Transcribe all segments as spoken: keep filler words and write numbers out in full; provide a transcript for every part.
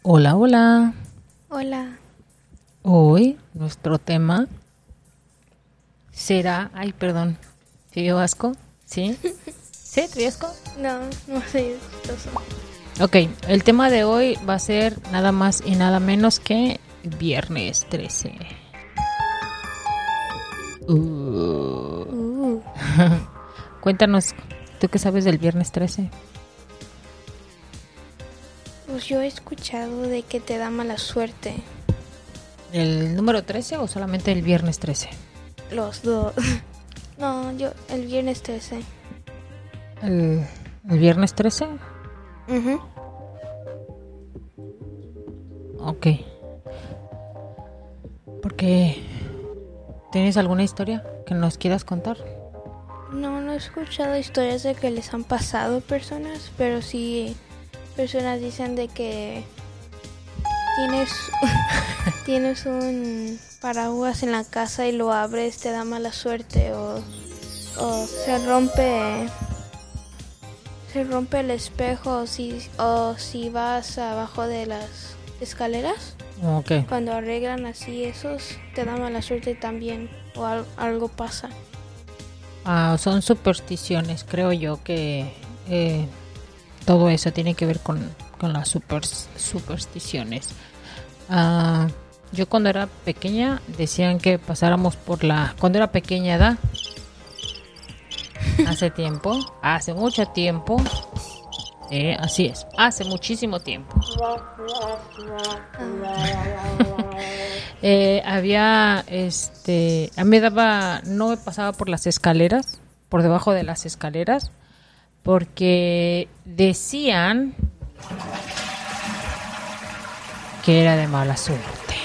Hola, hola. Hola. Hoy nuestro tema será... Ay, perdón. ¿Te dio asco? ¿Sí? ¿Sí? ¿Te dio asco? No, no soy chistoso. Ok, el tema de hoy va a ser nada más y nada menos que Viernes trece. Uh. Uh. Cuéntanos, ¿tú qué sabes del Viernes trece? Pues yo he escuchado de que te da mala suerte. ¿El número trece o solamente el Viernes trece? Los dos. No, yo el viernes trece. ¿El, el Viernes trece? Uh-huh. Ok. Porque ¿tienes alguna historia que nos quieras contar? No, no he escuchado historias de que les han pasado personas, pero sí personas dicen de que tienes tienes un paraguas en la casa y lo abres, te da mala suerte o, o se rompe se rompe el espejo o si, o si vas abajo de las escaleras. Ok. Cuando arreglan así esos, te da mala suerte también o al, algo pasa. Ah, son supersticiones, creo yo que eh, todo eso tiene que ver con, con las super, supersticiones. Ah, yo cuando era pequeña decían que pasáramos por la... Cuando era pequeña edad, hace tiempo, hace mucho tiempo, eh, así es, hace muchísimo tiempo. eh, había, este, a mí me daba, no me pasaba por las escaleras, por debajo de las escaleras, porque decían que era de mala suerte.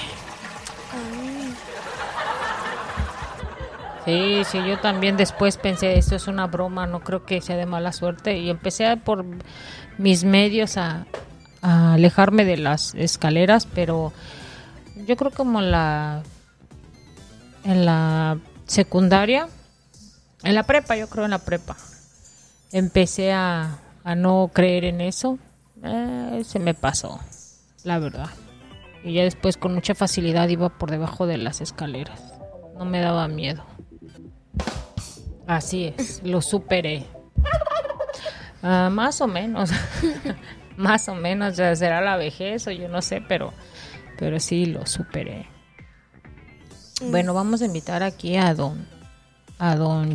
Sí, sí, yo también después pensé, esto es una broma, no creo que sea de mala suerte. Y empecé a, por mis medios a, a alejarme de las escaleras, pero yo creo como en la, en la secundaria, en la prepa, yo creo en la prepa, empecé a, a no creer en eso. Eh, se me pasó, la verdad. Y ya después con mucha facilidad iba por debajo de las escaleras. No me daba miedo. Así es, lo superé. Uh, más o menos. Más o menos, ya será la vejez o yo no sé, pero, pero sí lo superé. Mm. Bueno, vamos a invitar aquí a don, a don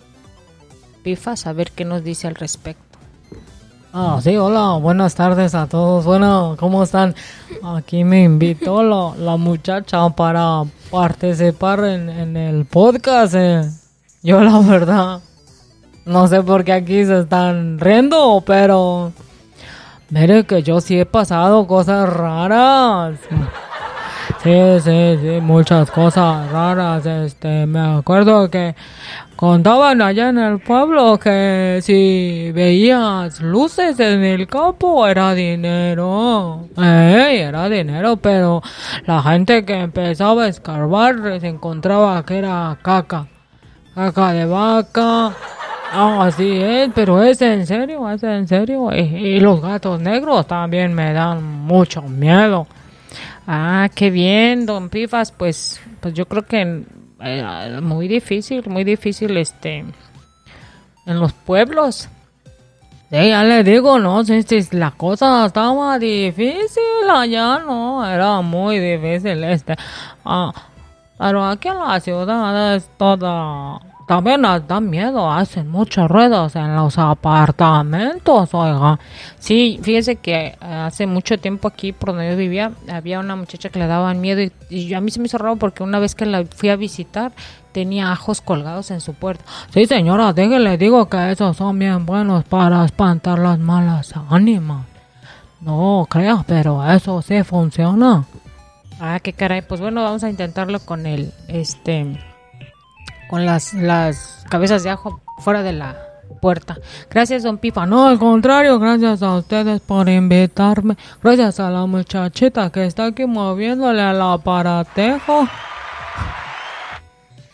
Pifas a ver qué nos dice al respecto. Ah, sí, hola, buenas tardes a todos. Bueno, ¿cómo están? Aquí me invitó la, la muchacha para participar en, en el podcast. Eh. Yo la verdad, no sé por qué aquí se están riendo, pero mire que yo sí he pasado cosas raras. Sí, sí, sí, muchas cosas raras. Este, me acuerdo que contaban allá en el pueblo que si veías luces en el campo era dinero. Ey, era dinero, pero la gente que empezaba a escarbar se encontraba que era caca. Caca de vaca. Ah, así es, pero es en serio, es en serio. Y, y los gatos negros también me dan mucho miedo. Ah, qué bien, don Pifas. Pues, pues yo creo que eh, muy difícil, muy difícil este en los pueblos. Sí, ya le digo, no, si, si la cosa estaba difícil allá, no, era muy difícil este. Ah, pero aquí en la ciudad es toda... También nos da miedo, hacen muchos ruidos en los apartamentos, oiga. Sí, fíjese que hace mucho tiempo aquí por donde yo vivía, había una muchacha que le daban miedo y, y a mí se me hizo raro porque una vez que la fui a visitar, tenía ajos colgados en su puerta. Sí, señora, déjele, digo que esos son bien buenos para espantar las malas ánimas. No creas, pero eso sí funciona. Ah, qué caray, pues bueno, vamos a intentarlo con el, este... con las, las cabezas de ajo fuera de la puerta. Gracias, don Pifa. No, al contrario, gracias a ustedes por invitarme. Gracias a la muchachita que está aquí moviéndole al aparatejo.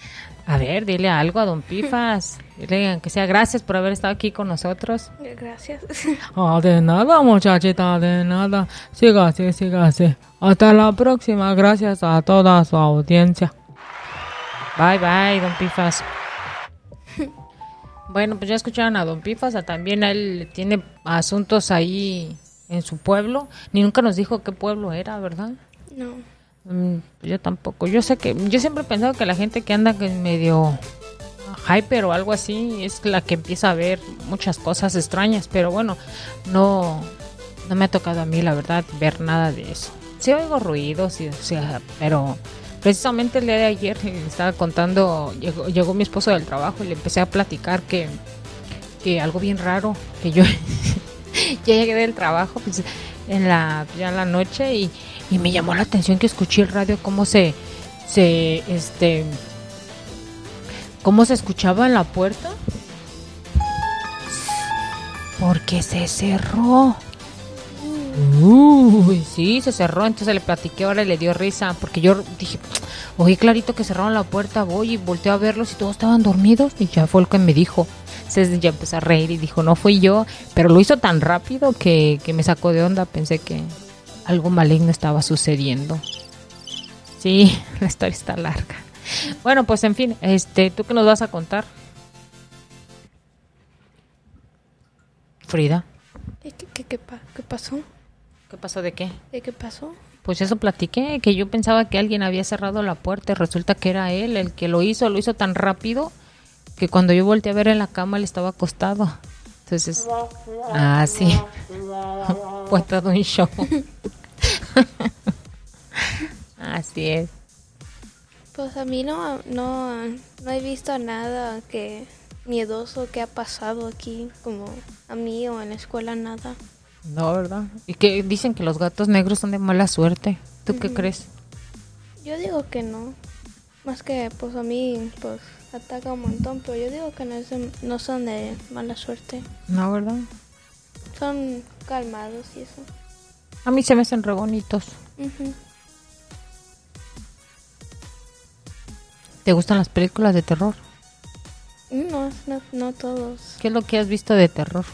A ver, dile algo a don Pifas. Dile que sea gracias por haber estado aquí con nosotros. Gracias. Ah, de nada, muchachita, de nada. Sígase, sígase. Hasta la próxima. Gracias a toda su audiencia. Bye, bye, don Pifas. Bueno, pues ya escucharon a don Pifas. También él tiene asuntos ahí en su pueblo. Ni nunca nos dijo qué pueblo era, ¿verdad? No. Mm, yo tampoco. Yo sé que... Yo siempre he pensado que la gente que anda medio hyper o algo así es la que empieza a ver muchas cosas extrañas. Pero bueno, no... No me ha tocado a mí, la verdad, ver nada de eso. Sí oigo ruidos, y, o sea, pero... Precisamente el día de ayer le estaba contando, llegó, llegó mi esposo del trabajo y le empecé a platicar que, que algo bien raro, que yo ya llegué del trabajo pues, en la, ya en la noche y, y me llamó la atención que escuché el radio cómo se, se, este, cómo se escuchaba en la puerta, porque se cerró. Uy, sí, se cerró, entonces le platiqué ahora y le dio risa, porque yo dije, oye, clarito que cerraron la puerta, voy y volteo a verlos y todos estaban dormidos, y ya fue el que me dijo. Entonces ya empecé a reír y dijo, no fui yo, pero lo hizo tan rápido que, que me sacó de onda, pensé que algo maligno estaba sucediendo. Sí, la historia está larga. Bueno, pues en fin, este, ¿tú qué nos vas a contar? Frida. ¿Qué, qué, qué, qué pasó? ¿Qué pasó de qué? ¿De qué pasó? Pues eso platiqué, que yo pensaba que alguien había cerrado la puerta y resulta que era él el que lo hizo, lo hizo tan rápido que cuando yo volteé a ver en la cama él estaba acostado. Entonces, ah, sí, fue todo un show. Así es. Pues a mí no, no, no he visto nada que miedoso que ha pasado aquí, como a mí o en la escuela, nada. No, ¿verdad? Y que dicen que los gatos negros son de mala suerte. ¿Tú uh-huh. qué crees? Yo digo que no. Más que, pues a mí, pues ataca un montón, pero yo digo que no, es de, no son de mala suerte. No, ¿verdad? Son calmados y eso. A mí se me hacen re bonitos. Uh-huh. ¿Te gustan las películas de terror? No, no, no todos. ¿Qué es lo que has visto de terror?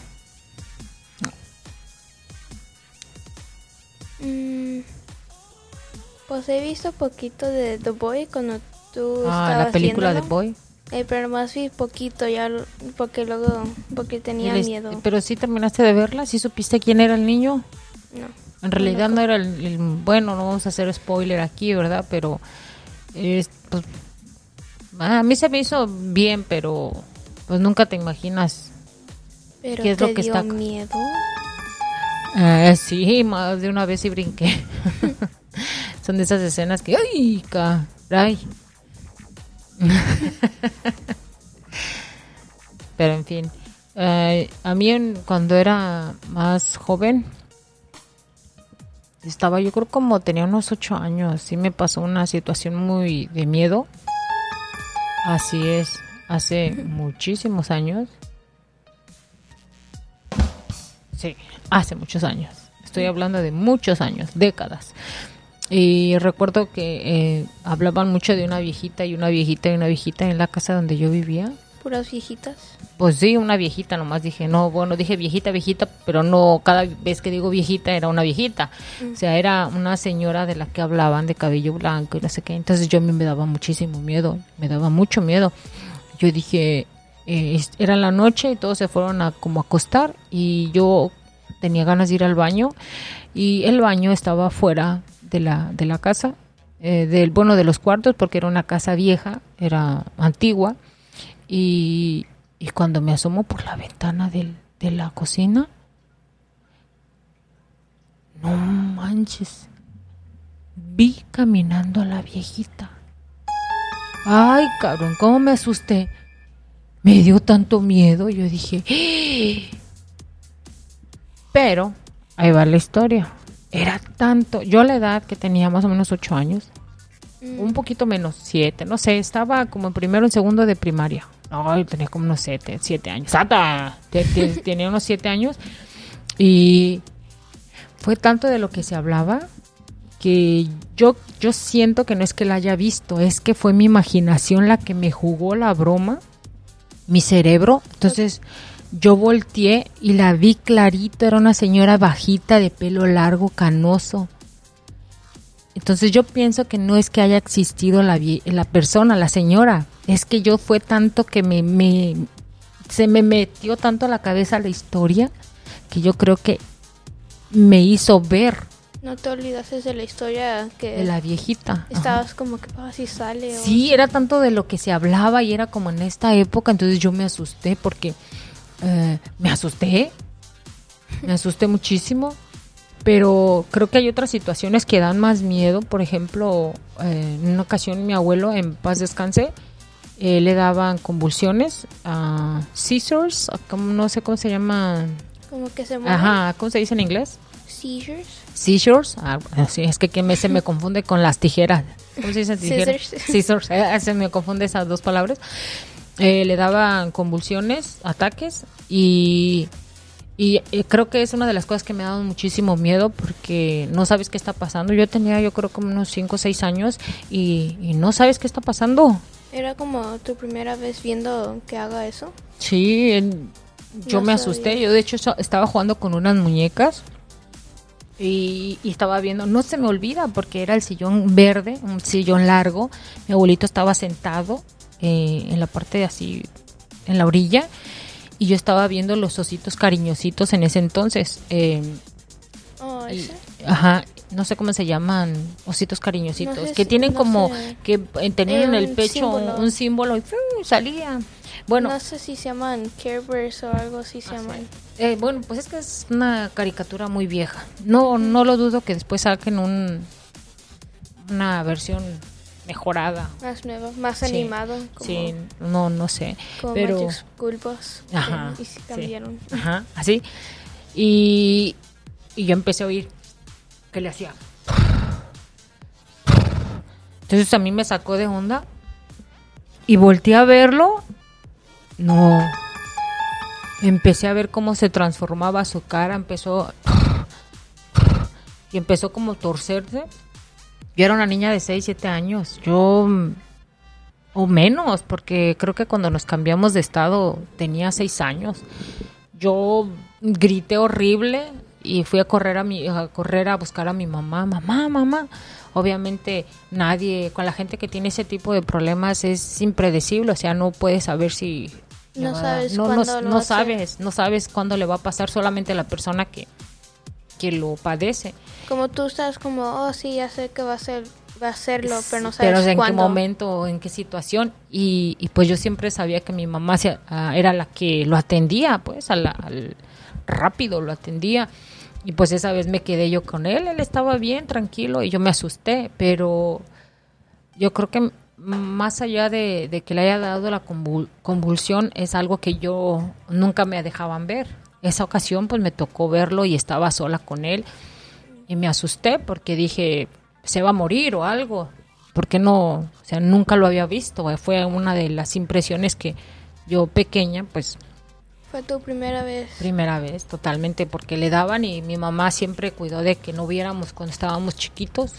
Mm, pues he visto poquito de The Boy cuando tú ah, estabas la película viéndolo. The Boy. Eh, pero más vi poquito ya porque luego porque tenía Les, miedo. Pero sí terminaste de verla, ¿sí supiste quién era el niño? No. En realidad no, no era el, el bueno, no vamos a hacer spoiler aquí, ¿verdad? Pero es, pues, a mí se me hizo bien, pero pues nunca te imaginas pero qué es te lo que dio está. Miedo. Eh, sí, más de una vez y brinqué. Son de esas escenas que ¡ay, caray! Pero en fin, eh, a mí en, cuando era más joven, estaba, yo creo como tenía unos ocho años, sí me pasó una situación muy de miedo. Así es, hace muchísimos años. Sí, hace muchos años. Estoy hablando de muchos años, décadas. Y recuerdo que eh, hablaban mucho de una viejita y una viejita y una viejita en la casa donde yo vivía. ¿Puras viejitas? Pues sí, una viejita, nomás dije, no, bueno, dije viejita, viejita, pero no, cada vez que digo viejita era una viejita. Mm. O sea, era una señora de la que hablaban, de cabello blanco y no sé qué. Entonces yo a mí me daba muchísimo miedo, me daba mucho miedo. Yo dije, eh, era la noche y todos se fueron a como acostar y yo tenía ganas de ir al baño y el baño estaba fuera de la, de la casa, eh, del bueno, de los cuartos, porque era una casa vieja, era antigua. Y, y cuando me asomo por la ventana del, de la cocina, no manches, vi caminando a la viejita. Ay, cabrón, cómo me asusté. Me dio tanto miedo, yo dije... ¡Ah! Pero, ahí va la historia. Era tanto, yo a la edad que tenía más o menos ocho años, mm. un poquito menos, siete, no sé, estaba como en primero o en segundo de primaria. Ay, tenía como unos siete, siete años. ¡Sata! Tenía unos siete años. Y fue tanto de lo que se hablaba que yo, yo siento que no es que la haya visto, es que fue mi imaginación la que me jugó la broma, mi cerebro. Entonces yo volteé y la vi clarito, era una señora bajita de pelo largo, canoso. Entonces yo pienso que no es que haya existido la, la persona, la señora, es que yo fue tanto que me, me se me metió tanto a la cabeza la historia que yo creo que me hizo ver. ¿No te olvidaste de la historia que de la viejita? Estabas Ajá. como que ah, si sale. Sí, o... era tanto de lo que se hablaba y era como en esta época, entonces yo me asusté porque eh, me asusté, me asusté muchísimo. Pero creo que hay otras situaciones que dan más miedo. Por ejemplo, eh, en una ocasión mi abuelo, en paz descanse, eh, le daban convulsiones, uh, seizures, como, no sé cómo se llama. Como que se mueve. Ajá, ¿cómo se dice en inglés? Seizures. Seizures, ah, sí, es que, que me, se me confunde con las tijeras. ¿Cómo se dice tijeras? Scissors. Scissors, eh, se me confunde esas dos palabras. Eh, le daban convulsiones, ataques y... Y eh, creo que es una de las cosas que me ha dado muchísimo miedo porque no sabes qué está pasando. Yo tenía, yo creo, como unos cinco o seis años y, y no sabes qué está pasando. ¿Era como tu primera vez viendo que haga eso? Sí, en, yo No me sabía. asusté. Yo, de hecho, so- estaba jugando con unas muñecas y, y estaba viendo. No se me olvida porque era el sillón verde, un sillón largo. Mi abuelito estaba sentado eh, en la parte de así, en la orilla. Y yo estaba viendo los ositos cariñositos en ese entonces. Eh, Oh, y- ese. ajá, no sé cómo se llaman, ositos cariñositos, No sé que si- tienen no como, sé. que eh, tenían en Era el un pecho símbolo. un, un símbolo y ¡fum! Salían. Bueno, No sé si se llaman Care Bears o algo así se Ah, llaman. eh, bueno, pues es que es una caricatura muy vieja. No, no lo dudo que después saquen un, una versión mejorada. Más nuevo, más Sí, animado. Como, Sí, no, no sé. como pero- Magic School Bus. Ajá, Y sí sí. cambiaron. Ajá, así. Y, y yo empecé a oír que le hacía. Entonces a mí me sacó de onda y volteé a verlo. No. Empecé a ver cómo se transformaba su cara, empezó y empezó como a torcerse. Yo era una niña de seis, siete años. Yo o menos, porque creo que cuando nos cambiamos de estado tenía seis años. Yo grité horrible y fui a correr a mi a correr a buscar a mi mamá, mamá, mamá. Obviamente nadie, con la gente que tiene ese tipo de problemas es impredecible, o sea, no puedes saber si No le va a- sabes no, cuándo no, lo no va a hacer. sabes, no sabes cuándo le va a pasar, solamente la persona que que lo padece. Como tú estás como, oh sí, ya sé que va a ser, va a hacerlo, pero no sabes Pero en cuándo. qué momento, en qué situación. Y, y pues yo siempre sabía que mi mamá se- ah, era la que lo atendía, pues a la- al rápido lo atendía. Y pues esa vez me quedé yo con él, él estaba bien, tranquilo, y yo me asusté, pero yo creo que m- más allá de, de que le haya dado la convul- convulsión, es algo que yo nunca me dejaban ver. Esa ocasión pues me tocó verlo y estaba sola con él y me asusté porque dije, se va a morir o algo, porque no, o sea, nunca lo había visto, eh, fue una de las impresiones que yo pequeña, pues Fue tu primera vez. primera vez, totalmente, porque le daban y mi mamá siempre cuidó de que no viéramos cuando estábamos chiquitos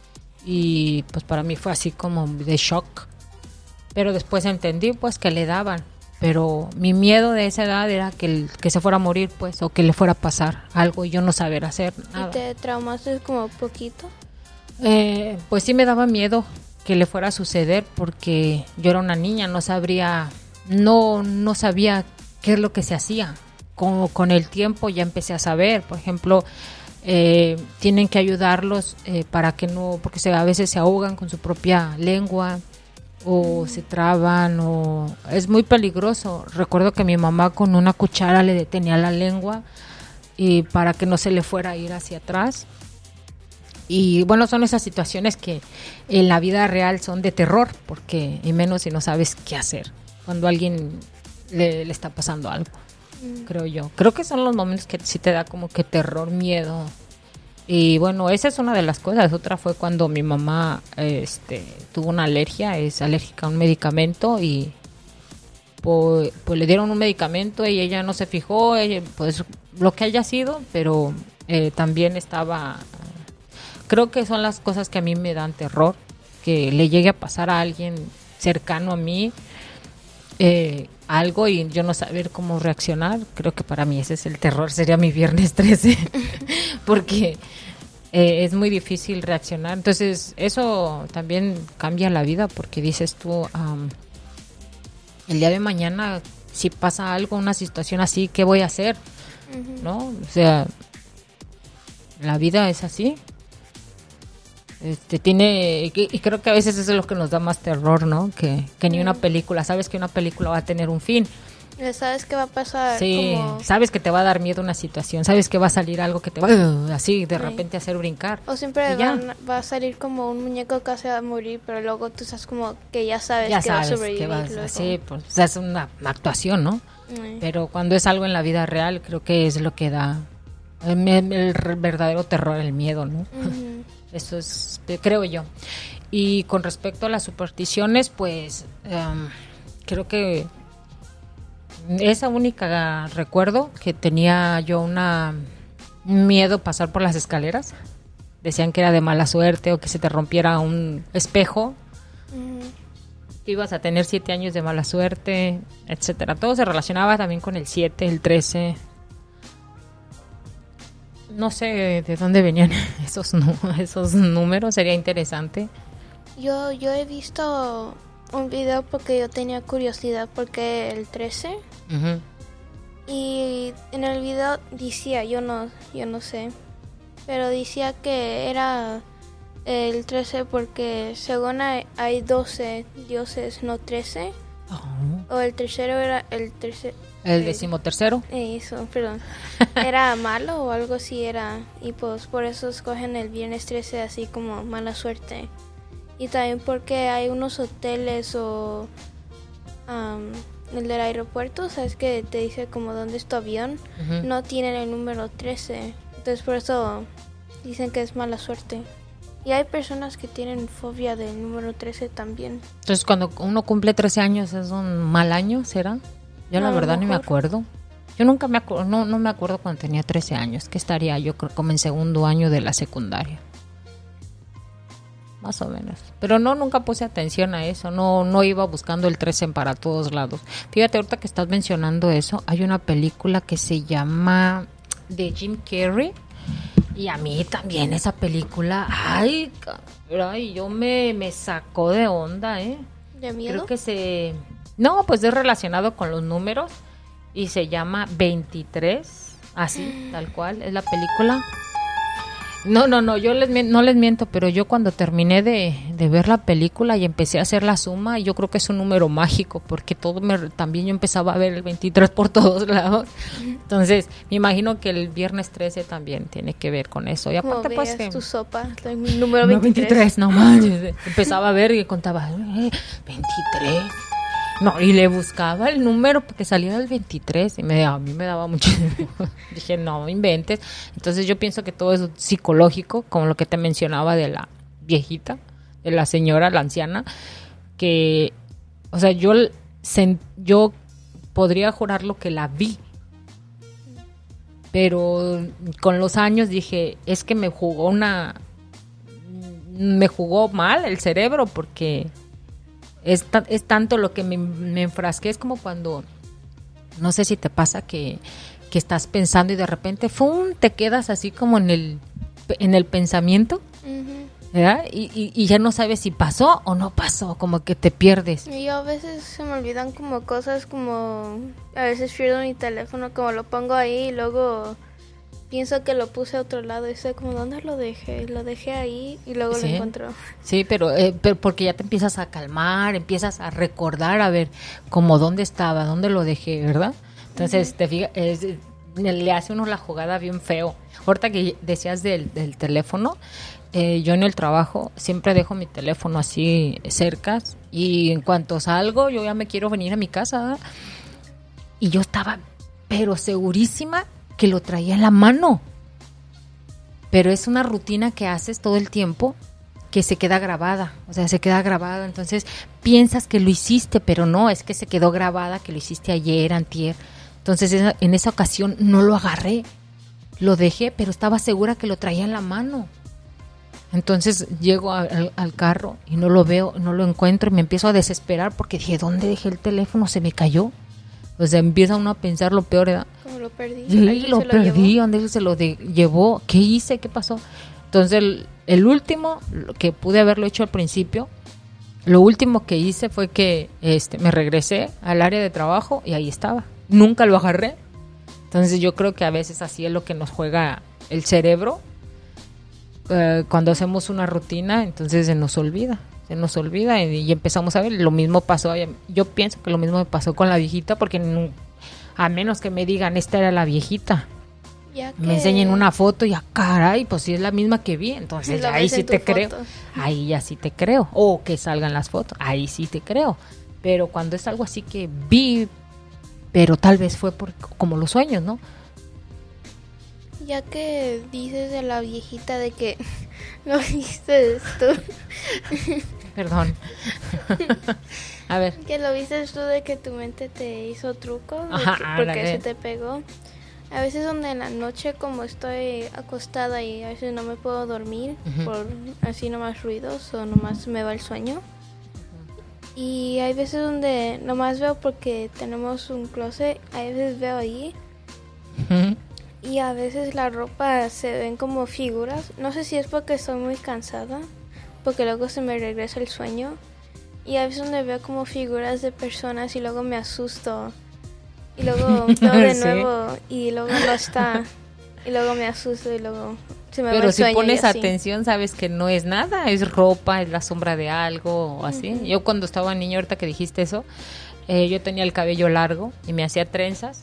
y pues para mí fue así como de shock, pero después entendí pues que le daban, pero mi miedo de esa edad era que, el- que se fuera a morir pues o que le fuera a pasar algo y yo no saber hacer nada. ¿Y te traumaste como poquito? Eh, pues sí me daba miedo que le fuera a suceder porque yo era una niña, no sabría, no, no sabía qué es lo que se hacía. Con, con el tiempo ya empecé a saber, por ejemplo, eh, tienen que ayudarlos eh, para que no, porque se, a veces se ahogan con su propia lengua o se traban o es muy peligroso. Recuerdo que mi mamá con una cuchara le detenía la lengua y para que no se le fuera a ir hacia atrás. Y bueno, son esas situaciones que en la vida real son de terror, porque y menos si no sabes qué hacer cuando a alguien le, le está pasando algo, Mm. creo yo. Creo que son los momentos que sí te da como que terror, miedo. Y bueno, esa es una de las cosas. Otra fue cuando mi mamá este, tuvo una alergia, es alérgica a un medicamento y pues, pues le dieron un medicamento y ella no se fijó, ella, pues lo que haya sido, pero eh, también estaba creo que son las cosas que a mí me dan terror, que le llegue a pasar a alguien cercano a mí eh, algo y yo no saber cómo reaccionar. Creo que para mí ese es el terror, sería mi viernes trece, porque eh, es muy difícil reaccionar. Entonces eso también cambia la vida, porque dices tú, um, el día de mañana si pasa algo, una situación así, ¿qué voy a hacer? Uh-huh. ¿No? O sea, la vida es así. Este tiene y, y creo que a veces eso es lo que nos da más terror, ¿no? Que, que ni una película. Sabes que una película va a tener un fin. Sabes que va a pasar. Sí, como... sabes que te va a dar miedo una situación. Sabes que va a salir algo que te va uh, así de repente sí. hacer brincar. O siempre van, va a salir como un muñeco que se va a morir, pero luego tú sabes como que ya sabes ya que sabes va a sobrevivir. Que vas, sí, pues, o sea, es una, una actuación, ¿no? Sí. Pero cuando es algo en la vida real, creo que es lo que da el, el verdadero terror, el miedo, ¿no? Uh-huh. Eso es, creo yo. Y con respecto a las supersticiones, pues um, creo que esa única recuerdo que tenía yo una miedo pasar por las escaleras. Decían que era de mala suerte o que se te rompiera un espejo. Uh-huh. Que ibas a tener siete años de mala suerte, etcétera. Todo se relacionaba también con el siete, el trece. No sé de dónde venían esos, esos números, sería interesante. Yo, yo he visto un video porque yo tenía curiosidad porque el trece. Uh-huh. Y en el video decía, yo no, yo no sé, pero decía que era el trece porque según hay, hay doce dioses, no trece. Uh-huh. O el tercero era el tercer... ¿El decimotercero? Eso, perdón. ¿Era malo o algo así era? Y pues por eso escogen el viernes trece así como mala suerte. Y también porque hay unos hoteles o um, el del aeropuerto, ¿sabes? Que te dice como dónde es tu avión. Uh-huh. No tienen el número trece. Entonces por eso dicen que es mala suerte. Y hay personas que tienen fobia del número trece también. Entonces cuando uno cumple trece años es un mal año, ¿será? Yo no, la verdad ni me acuerdo. Yo nunca me acuerdo, no, no me acuerdo cuando tenía trece años, que estaría yo creo como en segundo año de la secundaria. Más o menos. Pero no, nunca puse atención a eso, no, no iba buscando el trece para todos lados. Fíjate, ahorita que estás mencionando eso, hay una película que se llama de Jim Carrey. Y a mí también esa película, ay, caray, yo me, me sacó de onda, ¿eh? ¿De miedo? Creo que se... No, pues es relacionado con los números y se llama veintitrés, así, tal cual, es la película. No, no, no, yo les no les miento, pero yo cuando terminé de, de ver la película y empecé a hacer la suma, yo creo que es un número mágico, porque todo me, también yo empezaba a ver el veintitrés por todos lados. Entonces, me imagino que el viernes trece también tiene que ver con eso. Y aparte, pues que tu sopa, el número veintitrés. veintitrés, no manches. Empezaba a ver y contaba, eh, veintitrés. No, y le buscaba el número porque salía el veintitrés y me, a mí me daba mucho. Dije, no inventes. Entonces yo pienso que todo es psicológico, como lo que te mencionaba de la viejita, de la señora, la anciana, que, o sea, yo, yo podría jurarlo que la vi, pero con los años dije, es que me jugó una, me jugó mal el cerebro porque... Es, ta- es tanto lo que me, me enfrasqué, es como cuando, no sé si te pasa que, que estás pensando y de repente ¡fum! Te quedas así como en el, en el pensamiento, uh-huh. ¿verdad? Y, y, y ya no sabes si pasó o no pasó, como que te pierdes. Y yo a veces se me olvidan como cosas, como a veces pierdo mi teléfono, como lo pongo ahí y luego... Pienso que lo puse a otro lado y sé como dónde lo dejé, lo dejé ahí y luego sí. lo encuentro. Sí, pero, eh, pero porque ya te empiezas a calmar, empiezas a recordar, a ver como dónde estaba, dónde lo dejé, ¿verdad? Entonces, uh-huh. te fijas, es, le hace uno la jugada bien feo. Ahorita que decías del, del teléfono, eh, yo en el trabajo siempre dejo mi teléfono así cerca y en cuanto salgo yo ya me quiero venir a mi casa, ¿verdad? Y yo estaba, pero segurísima que lo traía en la mano, pero es una rutina que haces todo el tiempo que se queda grabada, o sea, se queda grabada, entonces piensas que lo hiciste, pero no, es que se quedó grabada, que lo hiciste ayer, antier, entonces en esa ocasión no lo agarré, lo dejé, pero estaba segura que lo traía en la mano, Entonces llego a, al, al carro y no lo veo, no lo encuentro y me empiezo a desesperar porque dije, ¿dónde dejé el teléfono? Se me cayó. O sea, empieza uno a pensar lo peor, ¿verdad? Como lo perdí. Sí, lo, lo perdí, ¿dónde se lo de, llevó? ¿Qué hice? ¿Qué pasó? Entonces, el, el último, que pude haberlo hecho al principio, lo último que hice fue que este, me regresé al área de trabajo y ahí estaba. Nunca lo agarré. Entonces, yo creo que a veces así es lo que nos juega el cerebro. Eh, cuando hacemos una rutina, entonces se nos olvida. Se nos olvida y, y empezamos a ver. Lo mismo pasó, yo pienso que lo mismo me pasó con la viejita, porque no, a menos que me digan, esta era la viejita, ya que... me enseñen una foto y, ah, caray, pues si es la misma que vi, entonces ahí sí te creo. Foto. Ahí ya sí te creo. O que salgan las fotos, ahí sí te creo. Pero cuando es algo así que vi, pero tal vez fue por, como los sueños, ¿no? Ya que dices de la viejita de que no viste tú. Perdón. A ver. Que lo viste tú de que tu mente te hizo truco. Ajá, que, porque se te pegó. A veces donde en la noche como estoy acostada y a veces no me puedo dormir, uh-huh, por así nomás ruidos o nomás me va el sueño. Uh-huh. Y hay veces donde nomás veo porque tenemos un closet, a veces veo ahí. Uh-huh. Y a veces la ropa se ven como figuras. No sé si es porque estoy muy cansada, porque luego se me regresa el sueño. Y a veces donde veo como figuras de personas y luego me asusto. Y luego veo de ¿sí? nuevo y luego no está. Y luego me asusto y luego se me Pero va el si sueño. Pero si pones atención sabes que no es nada, es ropa, es la sombra de algo o así. Uh-huh. Yo cuando estaba niña, ahorita que dijiste eso, eh, yo tenía el cabello largo y me hacía trenzas.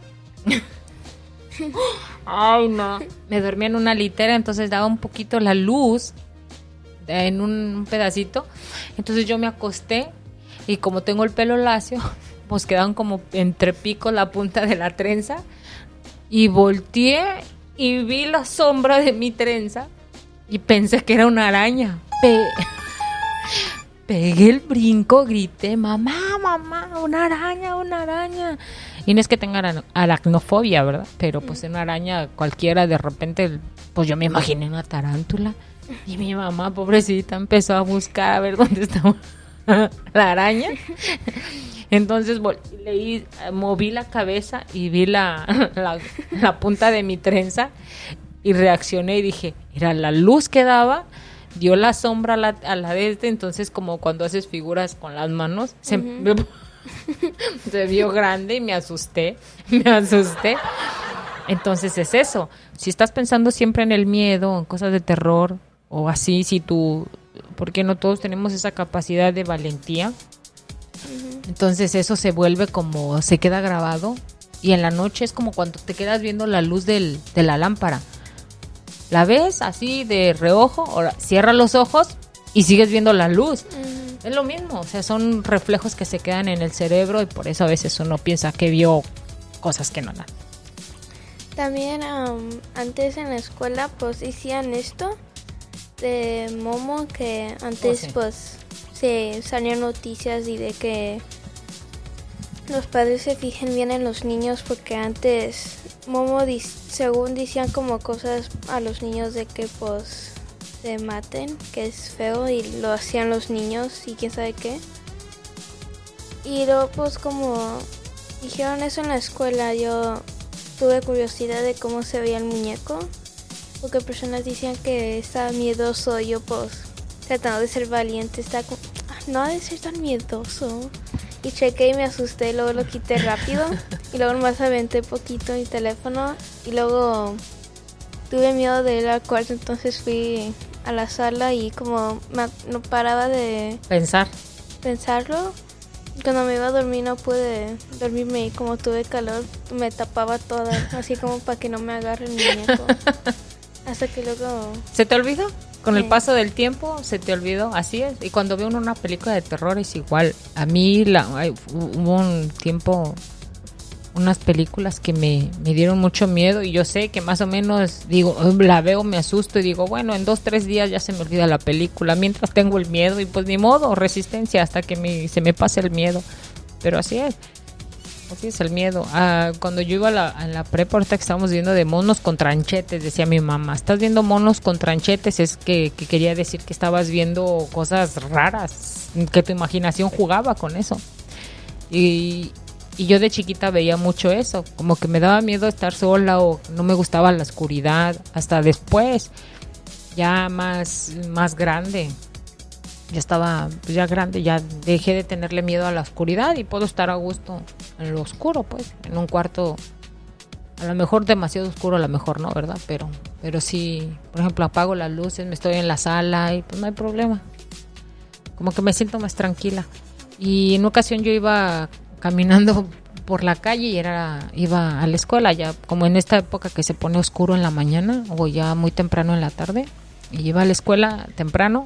Ay, no. Me dormía en una litera, entonces daba un poquito la luz en un, un pedacito. Entonces yo me acosté y como tengo el pelo lacio, pues quedaban como entre picos la punta de la trenza. Y volteé y vi la sombra de mi trenza y pensé que era una araña. Pe- Pegué el brinco, grité, mamá, mamá, una araña, una araña. Y no es que tenga aracnofobia, ¿verdad? Pero pues una araña cualquiera, de repente, pues yo me imaginé una tarántula. Y mi mamá, pobrecita, empezó a buscar a ver dónde estaba la araña. Entonces leí, moví la cabeza y vi la, la, la punta de mi trenza y reaccioné y dije, era la luz que daba, dio la sombra a la, a la de este, entonces como cuando haces figuras con las manos, se, uh-huh. se vio grande y me asusté, me asusté. Entonces es eso, si estás pensando siempre en el miedo, en cosas de terror o así, si tú, porque no todos tenemos esa capacidad de valentía, uh-huh. entonces eso se vuelve como, se queda grabado y en la noche es como cuando te quedas viendo la luz del, de la lámpara. La ves así de reojo, o cierras los ojos y sigues viendo la luz. Mm. Es lo mismo, o sea, son reflejos que se quedan en el cerebro y por eso a veces uno piensa que vio cosas que no eran. También um, antes en la escuela pues hacían esto de Momo, que antes oh, sí. pues se salían noticias y de que los padres se fijen bien en los niños, porque antes Momo, según decían como cosas a los niños de que pues se maten, que es feo, y lo hacían los niños y quién sabe qué. Y luego pues como dijeron eso en la escuela, yo tuve curiosidad de cómo se veía el muñeco, porque personas decían que estaba miedoso, y yo pues tratando de ser valiente, estaba como, no ha de ser tan miedoso. Y chequé y me asusté, y luego lo quité rápido y luego nomás aventé poquito mi teléfono y luego tuve miedo de ir al cuarto, entonces fui a la sala y como me, no paraba de pensar pensarlo. Cuando me iba a dormir no pude dormirme y como tuve calor me tapaba toda, así como para que no me agarre el muñeco. Hasta que luego... ¿Se te olvidó? Con el paso del tiempo se te olvidó, así es. Y cuando veo una película de terror es igual. A mí la, hay, hubo un tiempo, unas películas que me, me dieron mucho miedo y yo sé que más o menos, digo, la veo, me asusto y digo, bueno, en dos, tres días ya se me olvida la película, mientras tengo el miedo y pues ni modo, resistencia hasta que me, se me pase el miedo. Pero así es. así es el miedo. Ah, cuando yo iba a la, a la prepa, ahorita que estábamos viendo de monos con tranchetes, decía mi mamá, ¿estás viendo monos con tranchetes? Es que, que quería decir que estabas viendo cosas raras, que tu imaginación jugaba con eso. Y, y yo de chiquita veía mucho eso, como que me daba miedo estar sola o no me gustaba la oscuridad. Hasta después, ya más, más grande, ya estaba pues, ya grande, ya dejé de tenerle miedo a la oscuridad y puedo estar a gusto en lo oscuro, pues, en un cuarto, a lo mejor demasiado oscuro, a lo mejor no, ¿verdad? Pero, pero sí, por ejemplo, apago las luces, me estoy en la sala y pues no hay problema. Como que me siento más tranquila. Y en una ocasión yo iba caminando por la calle y era iba a la escuela, ya como en esta época que se pone oscuro en la mañana o ya muy temprano en la tarde, y iba a la escuela temprano.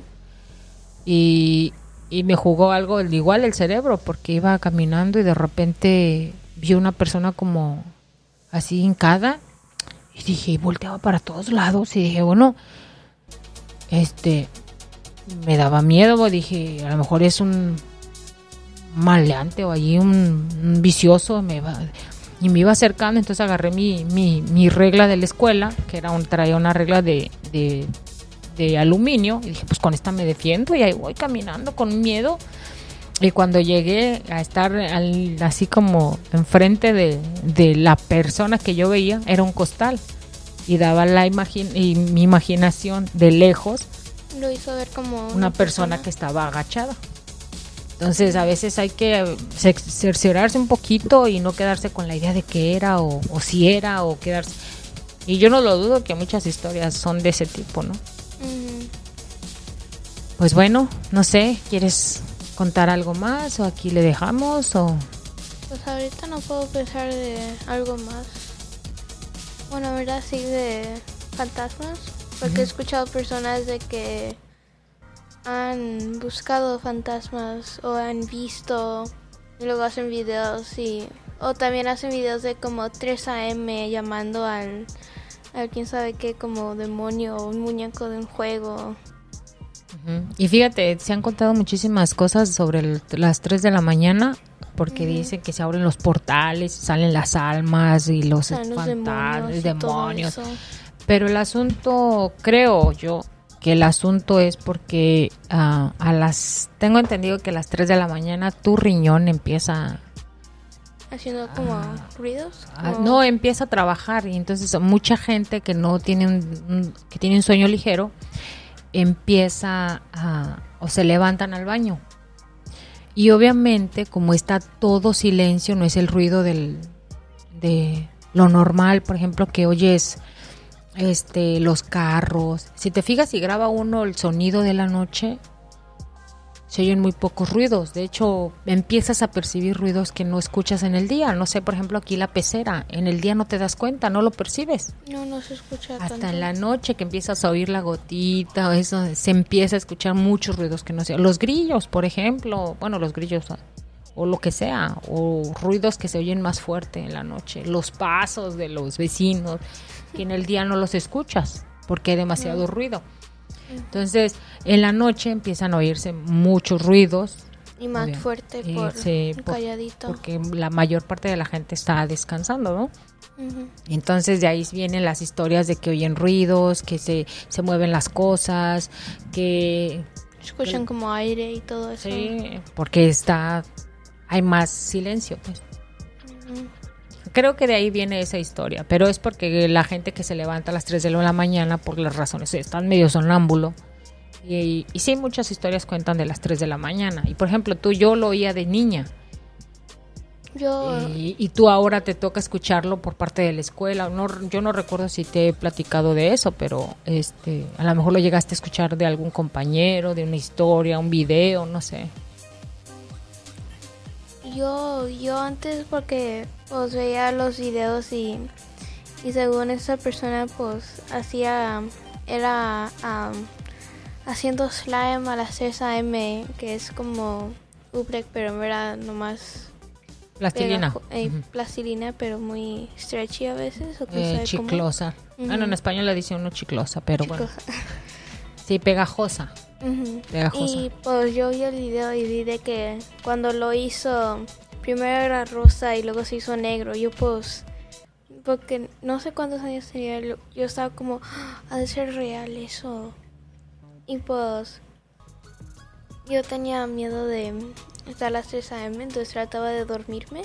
Y, y me jugó algo igual el cerebro, porque iba caminando y de repente vi una persona como así hincada y dije, y volteaba para todos lados y dije, bueno, este, me daba miedo, dije, a lo mejor es un maleante o allí un, un vicioso, me va, y me iba acercando, entonces agarré mi, mi, mi regla de la escuela, que era un, traía una regla de... de de aluminio, y dije, pues con esta me defiendo, y ahí voy caminando con miedo, y cuando llegué a estar al, así como enfrente de, de la persona que yo veía, era un costal, y daba la imagi- y mi imaginación de lejos, lo hizo ver como una, una persona, persona que estaba agachada. Entonces a veces hay que cerciorarse un poquito y no quedarse con la idea de que era o, o si era o quedarse, y yo no lo dudo que muchas historias son de ese tipo, ¿no? Uh-huh. Pues bueno, no sé, ¿quieres contar algo más o aquí le dejamos o...? Pues ahorita no puedo pensar de algo más. Bueno, verdad sí de fantasmas, porque uh-huh. he escuchado personas de que han buscado fantasmas o han visto y luego hacen videos y o también hacen videos de como tres a eme llamando al a quién sabe qué, como demonio o un muñeco de un juego. Uh-huh. Y fíjate, se han contado muchísimas cosas sobre el, las tres de la mañana, porque uh-huh. dicen que se abren los portales, salen las almas y los fantasmas, demonios, demonios. Pero el asunto, creo yo, que el asunto es porque uh, a las, tengo entendido que a las tres de la mañana tu riñón empieza haciendo como ah, ruidos ah, no empieza a trabajar y entonces mucha gente que no tiene un, un que tiene un sueño ligero empieza a o se levantan al baño y obviamente como está todo silencio, no es el ruido del de lo normal, por ejemplo, que oyes este los carros. Si te fijas y graba uno el sonido de la noche, se oyen muy pocos ruidos. De hecho, empiezas a percibir ruidos que no escuchas en el día. No sé, por ejemplo, aquí la pecera. En el día no te das cuenta, no lo percibes. No, no se escucha hasta tanto. En la noche que empiezas a oír la gotita, eso, se empieza a escuchar muchos ruidos que no sé. Los grillos, por ejemplo. Bueno, los grillos o lo que sea. O ruidos que se oyen más fuerte en la noche. Los pasos de los vecinos, que en el día no los escuchas porque hay demasiado no. ruido. Entonces, en la noche empiezan a oírse muchos ruidos. Y más obvio, fuerte por sí, por, calladito. Porque la mayor parte de la gente está descansando, ¿no? Uh-huh. Entonces, de ahí vienen las historias de que oyen ruidos, que se, se mueven las cosas, que... escuchan que, como aire y todo eso. Sí, porque está... hay más silencio, pues. Uh-huh. Creo que de ahí viene esa historia, pero es porque la gente que se levanta a las tres de la mañana, por las razones, están medio sonámbulo. Y, y, y sí, muchas historias cuentan de las tres de la mañana. Y por ejemplo, tú, yo lo oía de niña. Yo... Y, y tú ahora te toca escucharlo por parte de la escuela. No, yo no recuerdo si te he platicado de eso, pero este, a lo mejor lo llegaste a escuchar de algún compañero, de una historia, un video, no sé. Yo, yo antes porque pues veía los videos y, y según esa persona pues hacía, era um, haciendo slime a las tres a eme, que es como Ubrek, pero en verdad nomás plastilina. Pegajo, eh, uh-huh. Plastilina, pero muy stretchy a veces. ¿O eh, chiclosa. Uh-huh. Bueno, en español le dice uno chiclosa, pero chiclosa. Bueno. Sí, pegajosa. Uh-huh. Pegajosa. Y pues yo vi el video y vi de que cuando lo hizo primero era rosa y luego se hizo negro. Yo pues, porque no sé cuántos años tenía, yo estaba como, "Ah, ha de ser real eso". Y pues, yo tenía miedo de estar a las tres a eme, entonces trataba de dormirme.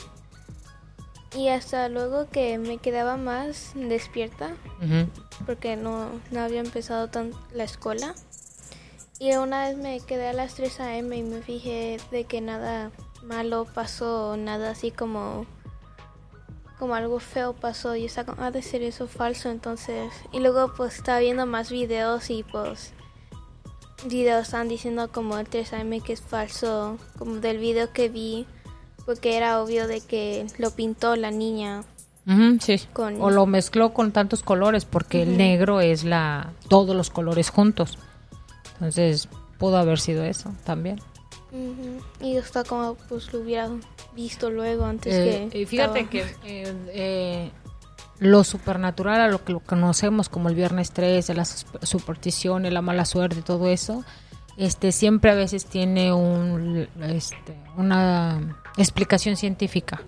Y hasta luego que me quedaba más despierta, Ujú. porque no, no había empezado tan la escuela. Y una vez me quedé a las tres a eme y me fijé de que nada malo pasó, nada así como, como algo feo pasó. Y estaba como, ha de ser eso falso, entonces. Y luego pues estaba viendo más videos y pues videos estaban diciendo como el tres a eme que es falso, como del video que vi, porque era obvio de que lo pintó la niña. Ujú, sí. Con- O lo mezcló con tantos colores, porque el Ujú. negro es la todos los colores juntos. Entonces, pudo haber sido eso también. Ujú. Y está como pues lo hubiera visto luego antes Eh, que y fíjate estaba- que eh, eh, lo supernatural, a lo que lo conocemos como el viernes trece, la sus- superstición, la mala suerte, todo eso, este siempre a veces tiene un este, una explicación científica.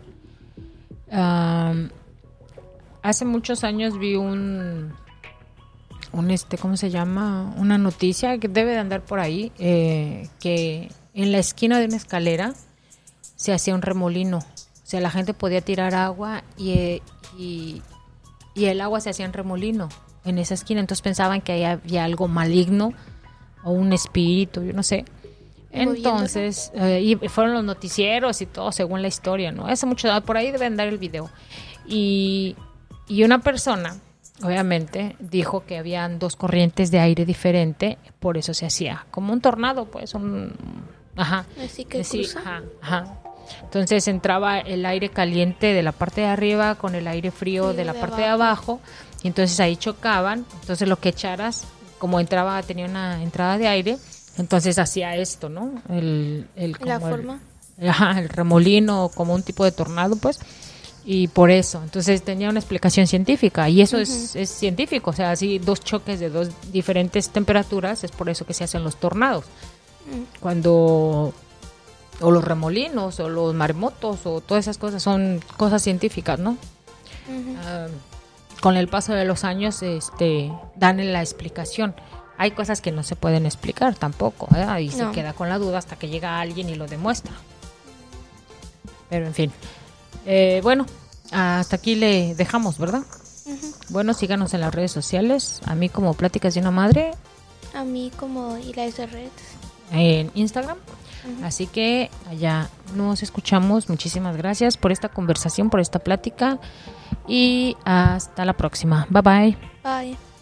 Am, hace muchos años vi un un este ¿cómo se llama? Una noticia que debe de andar por ahí, eh, que en la esquina de una escalera se hacía un remolino. O sea, la gente podía tirar agua y, eh, y, y el agua se hacía en remolino en esa esquina. Entonces pensaban que ahí había algo maligno o un espíritu, yo no sé. Entonces, eh, y fueron los noticieros y todo según la historia, ¿no? Hace mucho, por ahí debe andar el video. Y, y una persona, obviamente, dijo que habían dos corrientes de aire diferente, por eso se hacía como un tornado, pues, un... Ajá. Así que Sí, cruza. ajá, ajá. Entonces entraba el aire caliente de la parte de arriba con el aire frío Frío de la de parte de abajo, y entonces ahí chocaban. Entonces lo que echaras, como entraba, tenía una entrada de aire, entonces hacía esto, ¿no? El, el, La como el- forma. ajá, el remolino, como un tipo de tornado, pues. Y por eso, entonces tenía una explicación científica, y eso es, es científico, o sea, así dos choques de dos diferentes temperaturas, es por eso que se hacen los tornados. Mm. Cuando, o los remolinos, o los maremotos, o todas esas cosas son cosas científicas, ¿no? Ujú. Ah, con el paso de los años, este, dan la explicación. Hay cosas que no se pueden explicar tampoco, ¿verdad? Y se No. queda con la duda hasta que llega alguien y lo demuestra. Pero en fin. Eh, bueno, hasta aquí le dejamos, ¿verdad? Ujú. Bueno, síganos en las redes sociales. A mí como Pláticas de una Madre A mí como Eliza Red. en Instagram. Ujú. Así que allá nos escuchamos. Muchísimas gracias por esta conversación, por esta plática. Y hasta la próxima. Bye bye. Bye.